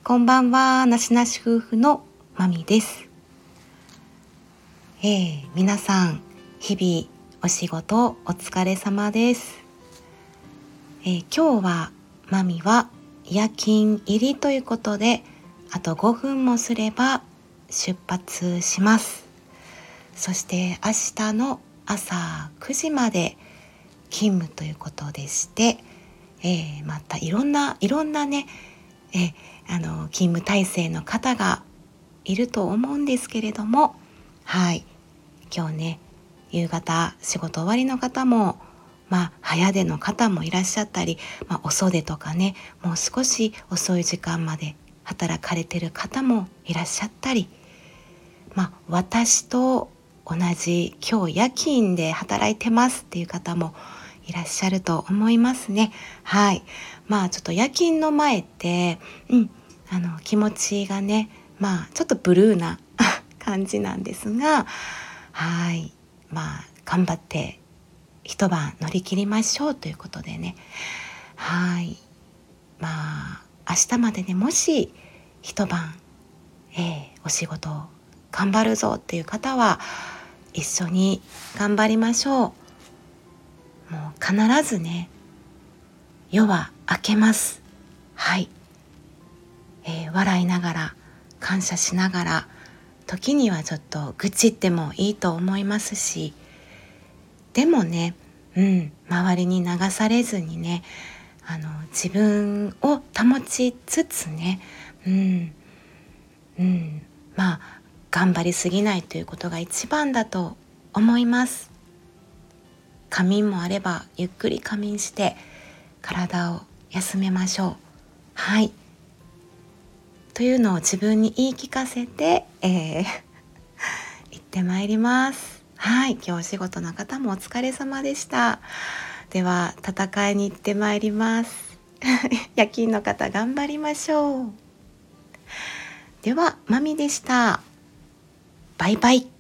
こんばんは。なしなし夫婦のまみです。皆さん日々お仕事お疲れ様です。今日はまみは夜勤入りということで、あと5分もすれば出発します。そして明日の朝9時まで勤務ということでして、またいろんなね、勤務体制の方がいると思うんですけれども、今日ね、夕方仕事終わりの方も、早出の方もいらっしゃったり、遅出とかね、もう少し遅い時間まで働かれてる方もいらっしゃったり、私と同じ今日夜勤で働いてますっていう方もいらっしゃると思いますね。ちょっと夜勤の前って、気持ちがね、ちょっとブルーな感じなんですが、頑張って一晩乗り切りましょうということでね、明日までね、もし一晩、お仕事を頑張るぞっていう方は一緒に頑張りましょう。もう必ずね、夜は明けます。笑いながら感謝しながら、時にはちょっと愚痴ってもいいと思いますし、でもね、周りに流されずにね、自分を保ちつつね、頑張りすぎないということが一番だと思います。仮眠もあればゆっくり仮眠して体を休めましょう。というのを自分に言い聞かせて、行ってまいります。今日お仕事の方もお疲れ様でした。では戦いに行ってまいります。夜勤の方頑張りましょう。ではまみでした。バイバイ。